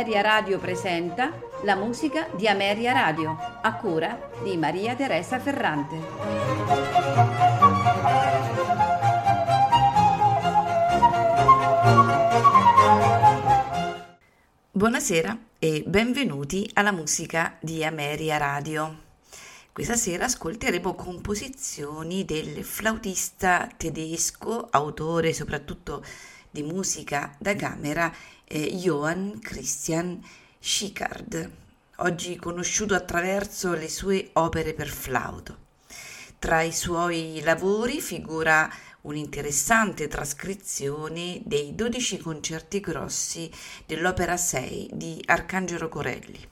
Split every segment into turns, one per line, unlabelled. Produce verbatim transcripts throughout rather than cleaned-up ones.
Ameria Radio presenta la musica di Ameria Radio, a cura di Maria Teresa Ferrante.
Buonasera e benvenuti alla musica di Ameria Radio. Questa sera ascolteremo composizioni del flautista tedesco, autore soprattutto di musica da camera, eh, Johann Christian Schickard, oggi conosciuto attraverso le sue opere per flauto. Tra i suoi lavori figura un'interessante trascrizione dei dodici concerti grossi dell'Opera sei di Arcangelo Corelli.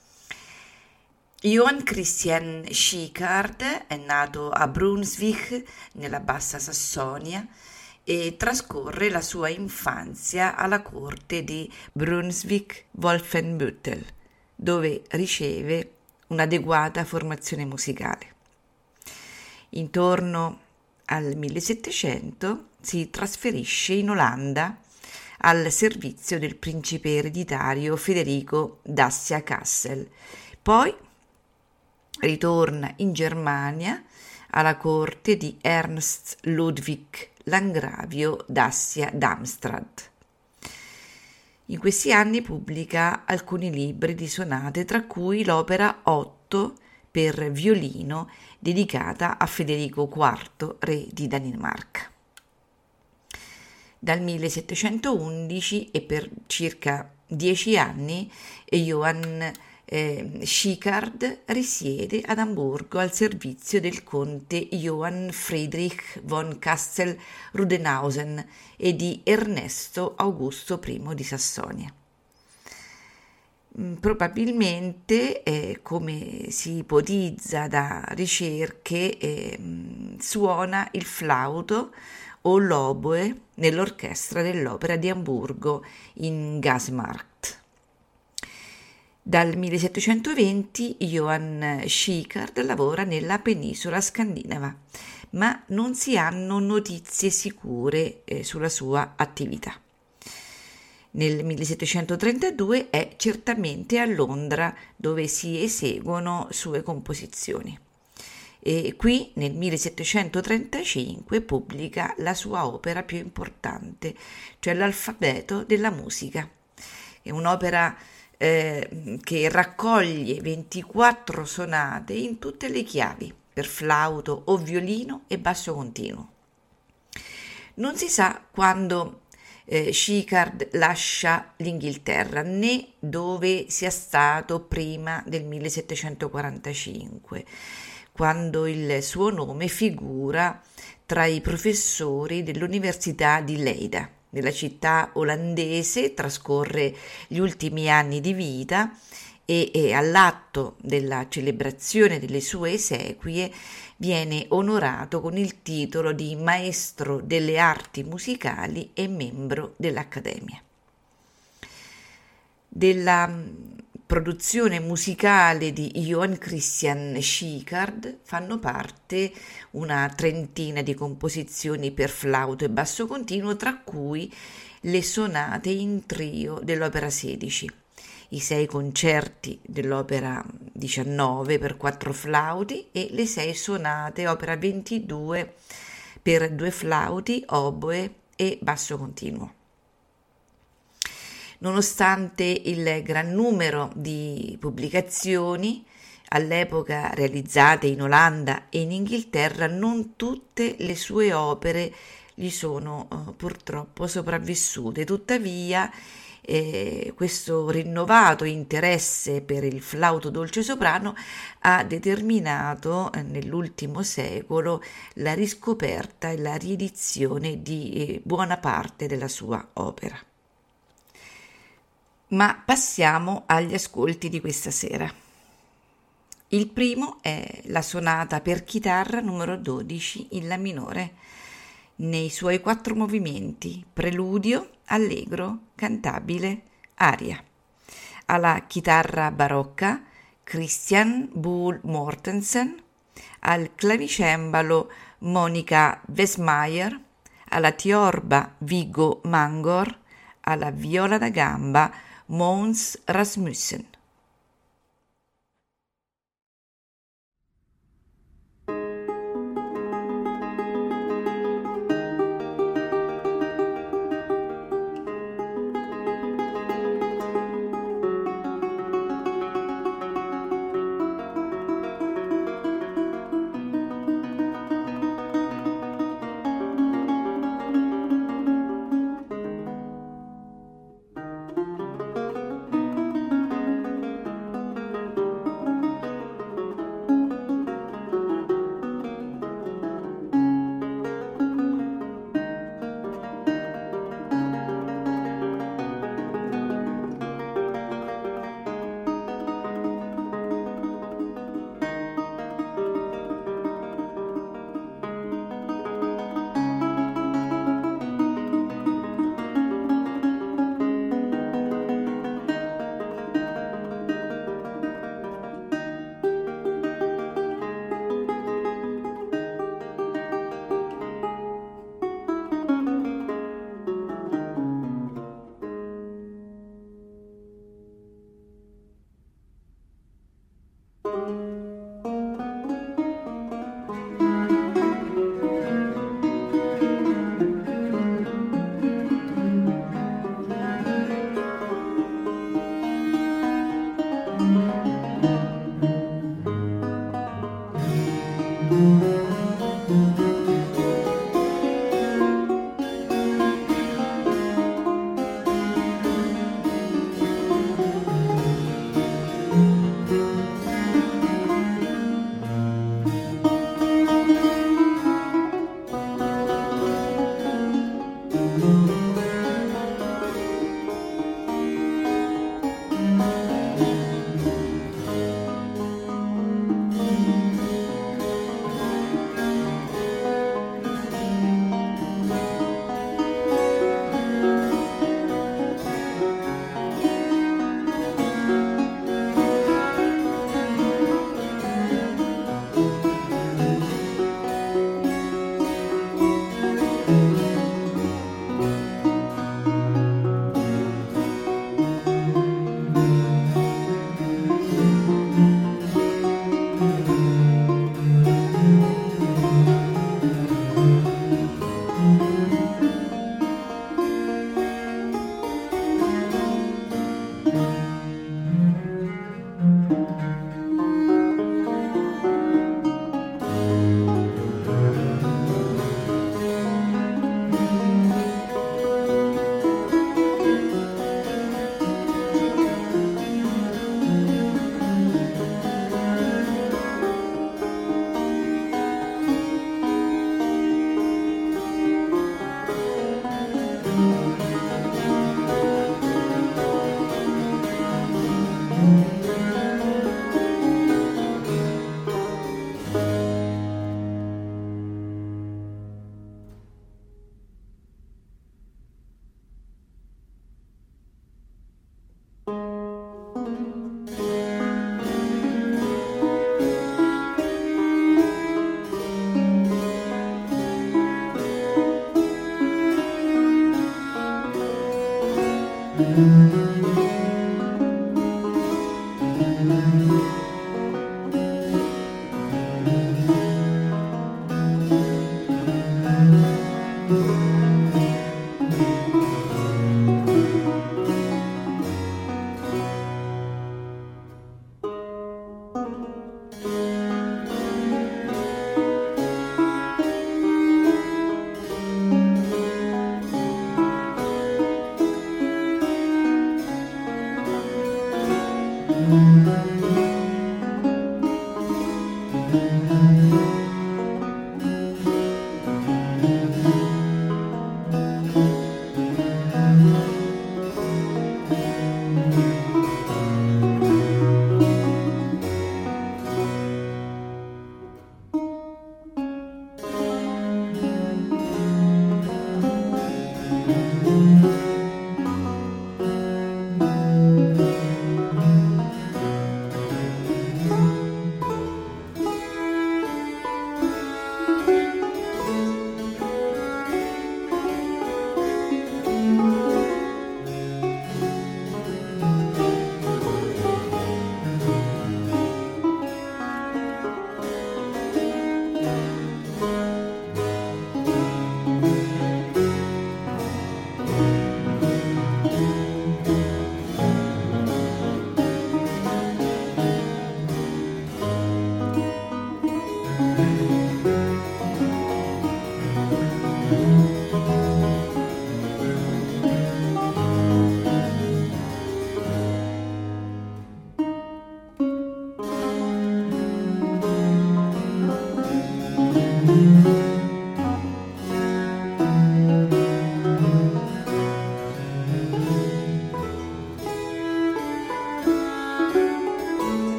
Johann Christian Schickard è nato a Brunswick, nella Bassa Sassonia, e trascorre la sua infanzia alla corte di Brunswick-Wolfenbüttel, dove riceve un'adeguata formazione musicale. Intorno al millesettecento si trasferisce in Olanda al servizio del principe ereditario Federico d'Assia-Kassel. Poi ritorna in Germania alla corte di Ernst Ludwig Langravio d'Assia-Darmstadt. In questi anni pubblica alcuni libri di sonate, tra cui l'opera otto per violino dedicata a Federico quarto, re di Danimarca. Dal millesettecentoundici e per circa dieci anni Johann eh, Schickard risiede ad Amburgo al servizio del conte Johann Friedrich von Kassel-Rudenhausen e di Ernesto Augusto I di Sassonia. Probabilmente, eh, come si ipotizza da ricerche, eh, suona il flauto o l'oboe nell'orchestra dell'Opera di Amburgo in Gasmarkt. Dal millesettecentoventi Johann Schickard lavora nella penisola scandinava, ma non si hanno notizie sicure eh, sulla sua attività. Nel millesettecentotrentadue è certamente a Londra dove si eseguono sue composizioni. E qui nel millesettecentotrentacinque pubblica la sua opera più importante, cioè l'Alfabeto della musica. È un'opera eh, che raccoglie ventiquattro sonate in tutte le chiavi, per flauto o violino e basso continuo. Non si sa quando eh, Schickard lascia l'Inghilterra, né dove sia stato prima del millesettecentoquarantacinque, quando il suo nome figura tra i professori dell'Università di Leida. Nella città olandese trascorre gli ultimi anni di vita e, e all'atto della celebrazione delle sue esequie viene onorato con il titolo di Maestro delle Arti Musicali e membro dell'Accademia. Della produzione musicale di Johann Christian Schickard fanno parte una trentina di composizioni per flauto e basso continuo, tra cui le sonate in trio dell'Opera sedici, i sei concerti dell'Opera diciannove per quattro flauti e le sei sonate Opera ventidue per due flauti, oboe e basso continuo. Nonostante il gran numero di pubblicazioni all'epoca realizzate in Olanda e in Inghilterra, non tutte le sue opere gli sono uh, purtroppo sopravvissute. Tuttavia, eh, questo rinnovato interesse per il flauto dolce soprano ha determinato eh, nell'ultimo secolo la riscoperta e la riedizione di eh, buona parte della sua opera. Ma passiamo agli ascolti di questa sera. Il primo è la sonata per chitarra numero dodici in La minore, nei suoi quattro movimenti: preludio, allegro, cantabile, aria. Alla chitarra barocca Christian Buhl Mortensen, al clavicembalo Monica Wesmayer, alla tiorba Viggo Mangor, alla viola da gamba Måns Rasmussen.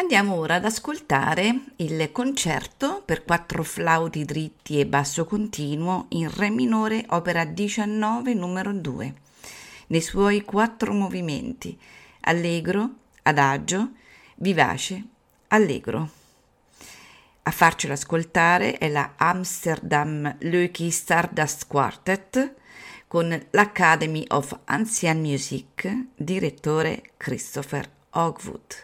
Andiamo ora ad ascoltare il concerto per quattro flauti dritti e basso continuo in Re minore, opera diciannove, numero due, nei suoi quattro movimenti: allegro, adagio, vivace, allegro. A farcelo ascoltare è la Amsterdam Loeki Stardust Quartet con l'Academy of Ancient Music, direttore Christopher Hogwood.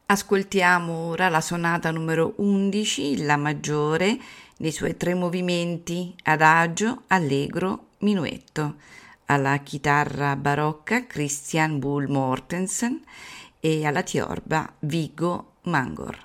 Ascoltiamo ora la sonata numero undici, la maggiore, nei suoi tre movimenti adagio, allegro, minuetto, alla chitarra barocca Christian Buhl Mortensen e alla tiorba Viggo Mangor.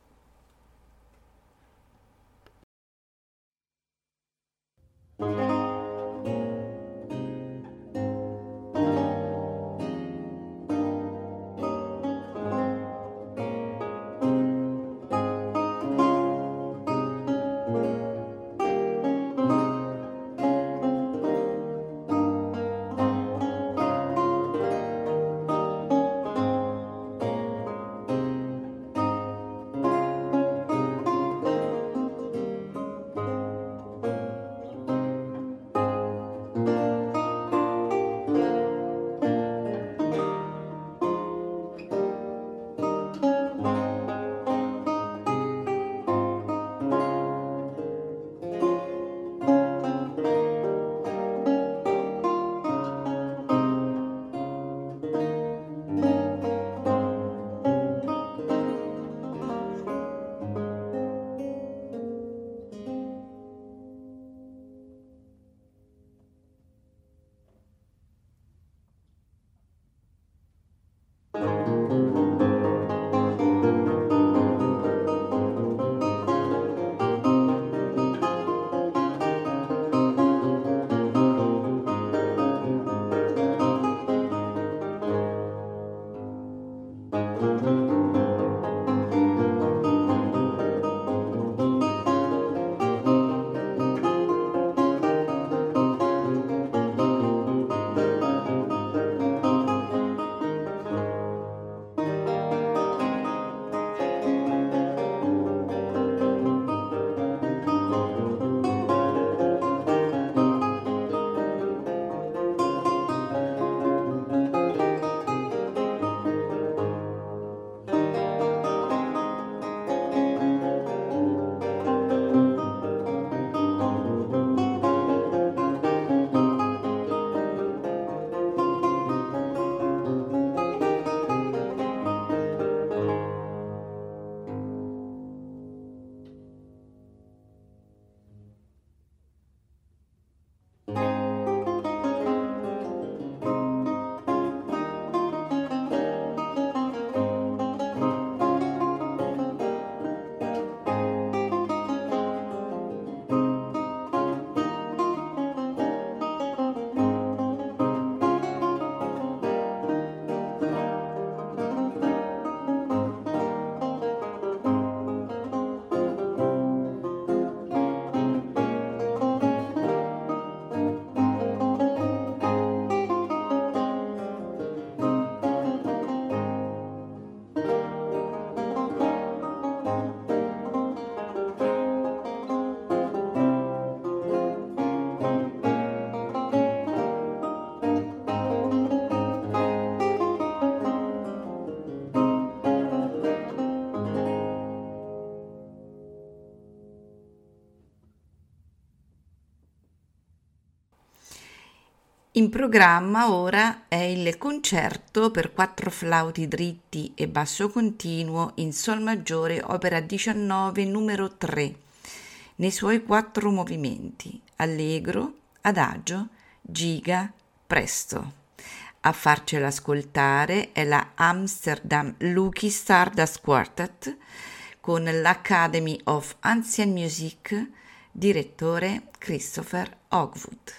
In programma ora è il concerto per quattro flauti dritti e basso continuo in sol maggiore, opera diciannove, numero tre, nei suoi quattro movimenti: allegro, adagio, giga, presto. A farcela ascoltare è la Amsterdam Lucky Stardust Quartet con l'Academy of Ancient Music, direttore Christopher Hogwood.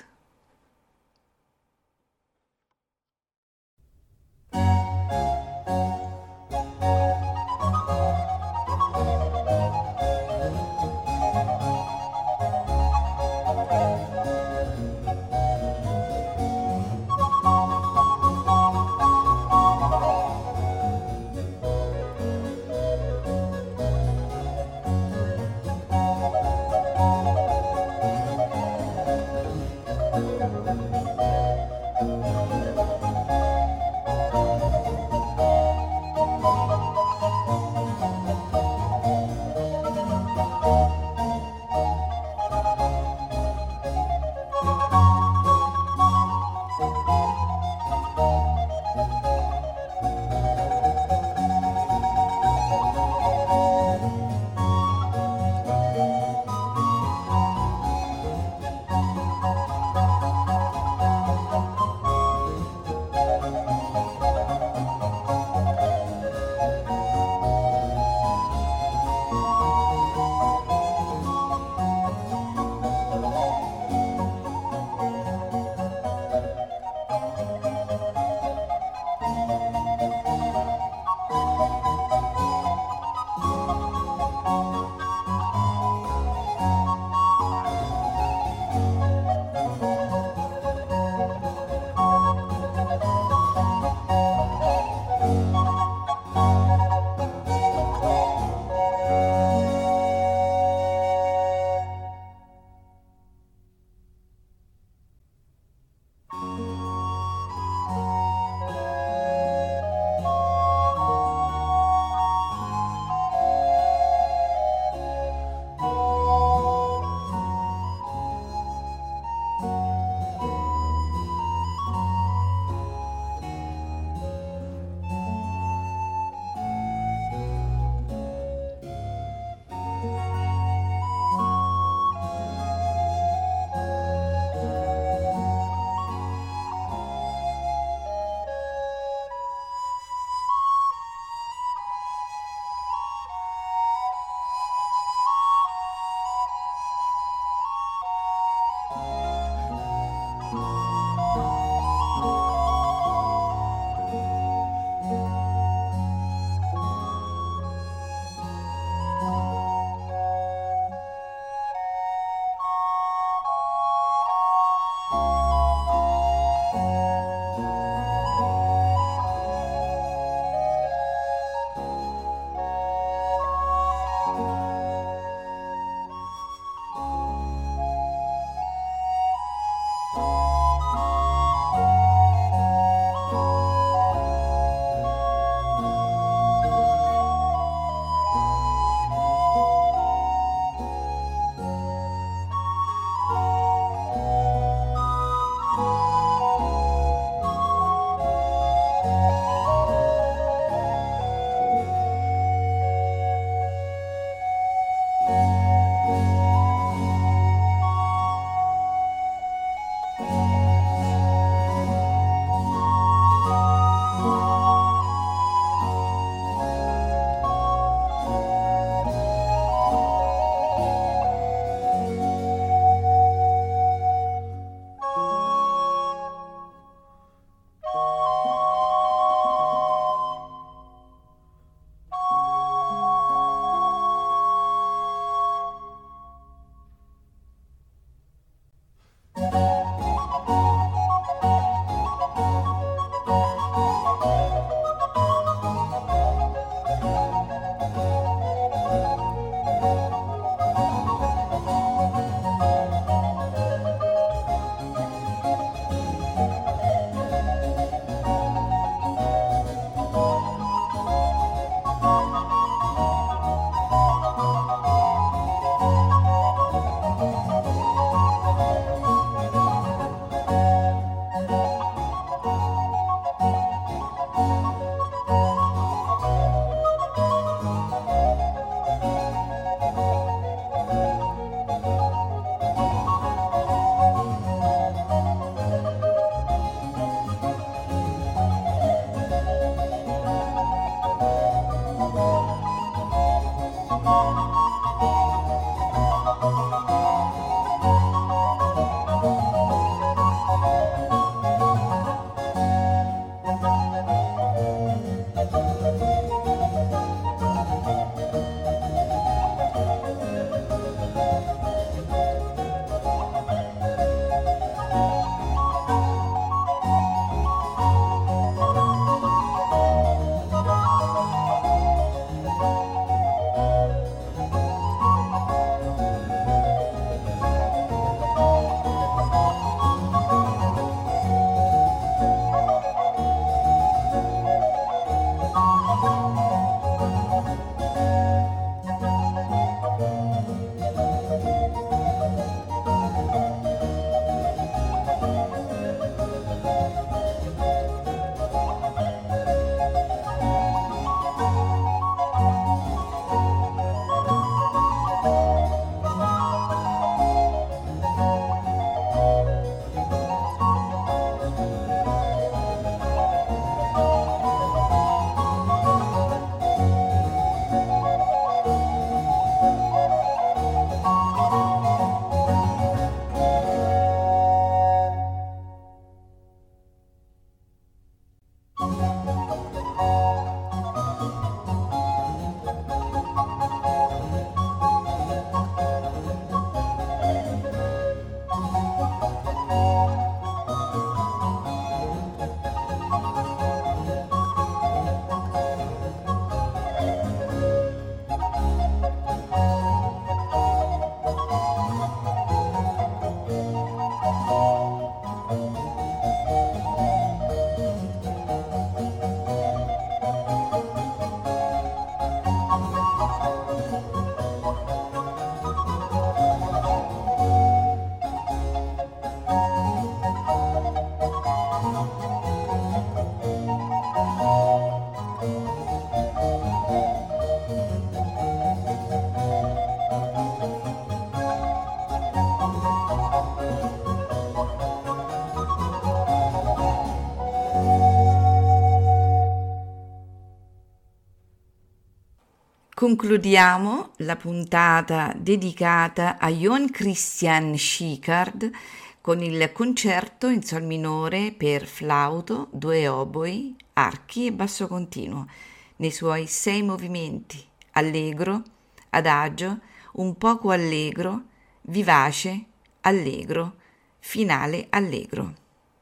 Concludiamo la puntata dedicata a Johann Christian Schickard con il concerto in sol minore per flauto, due oboi, archi e basso continuo, nei suoi sei movimenti: allegro, adagio, un poco allegro, vivace, allegro, finale allegro.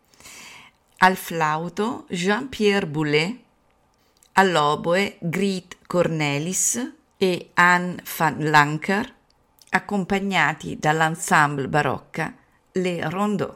Al flauto Jean-Pierre Boulez, all'oboe Griet Cornelis e Anne van Lancker, accompagnati dall'ensemble barocca Les Rondeaux.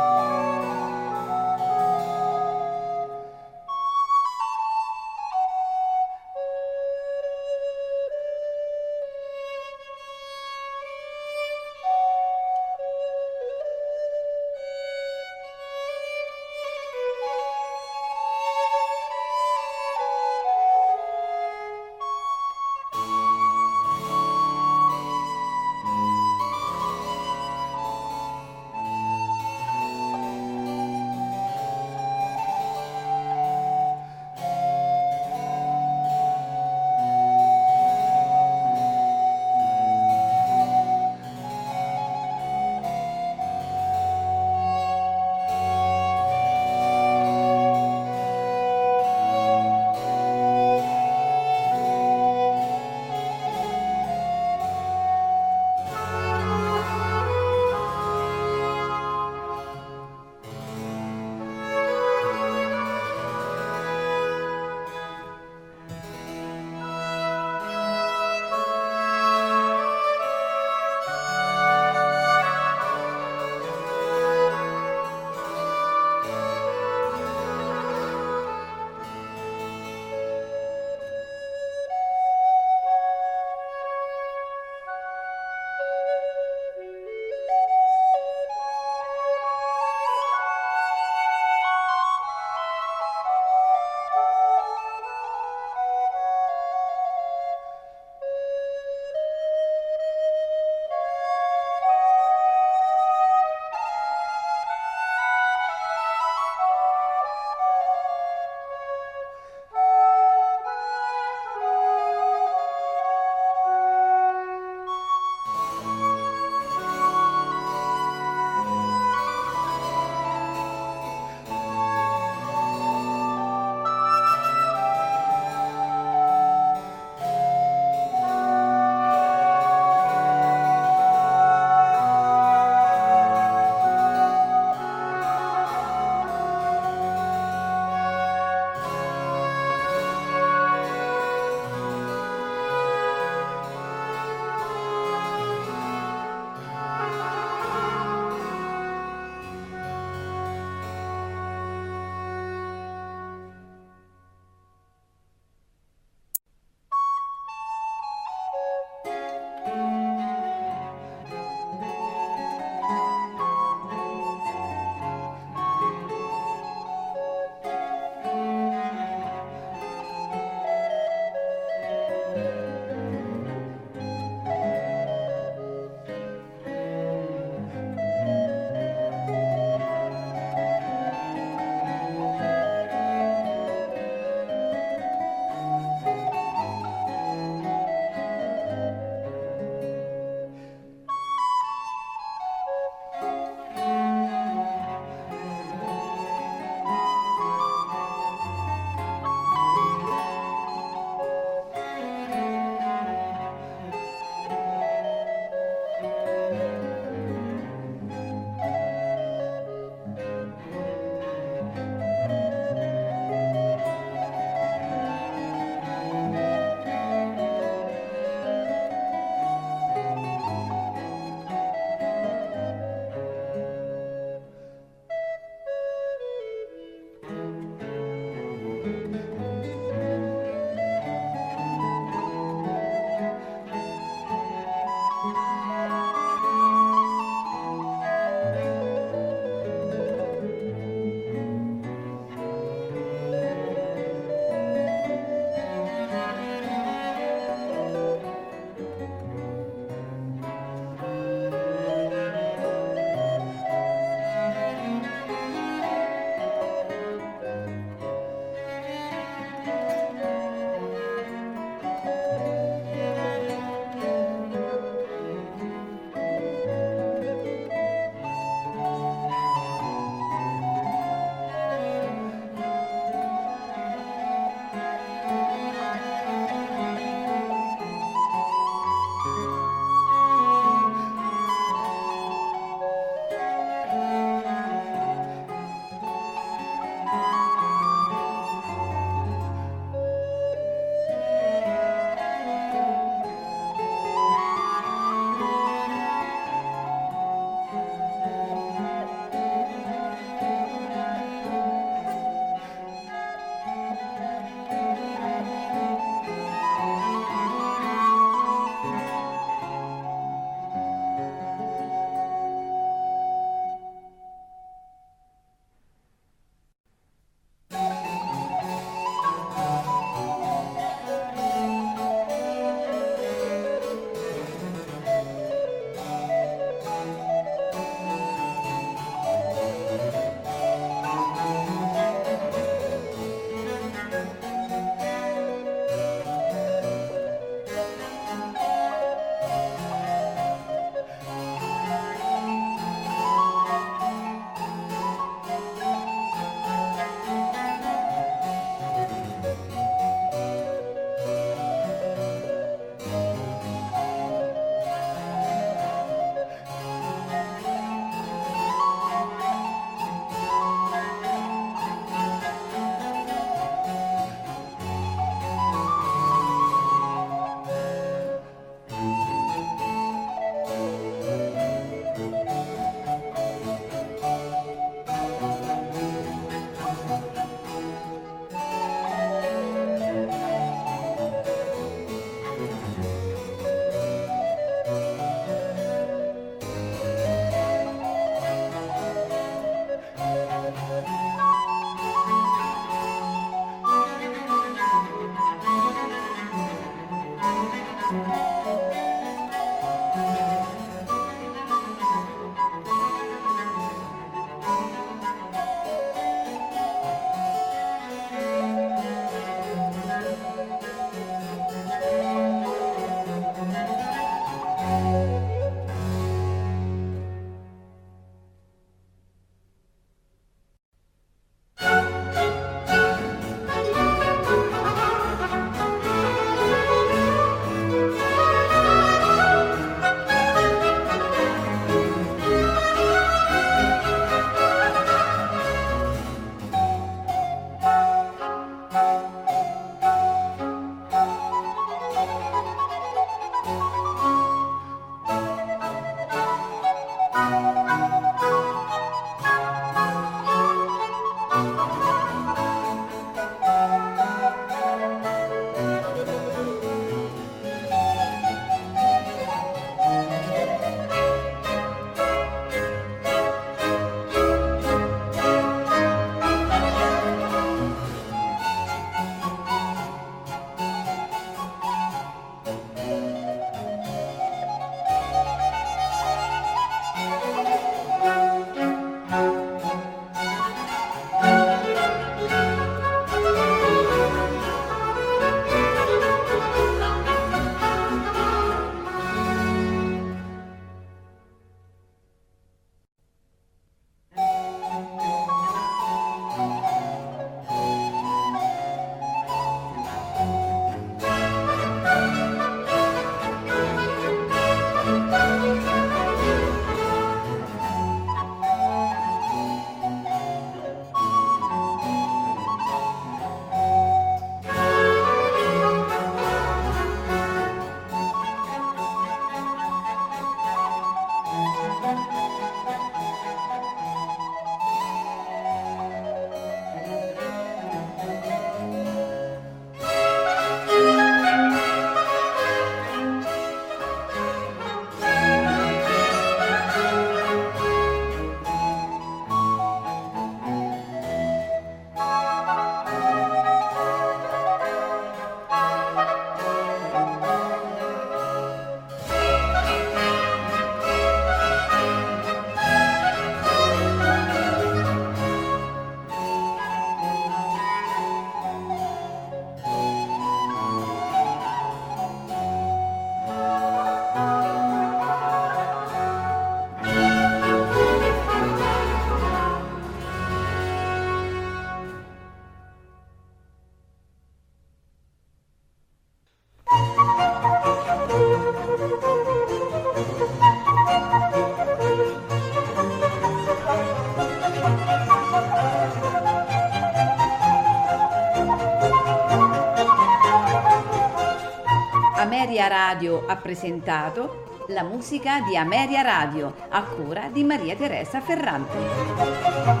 Ameria Radio ha presentato la musica di Ameria Radio a cura di Maria Teresa Ferrante.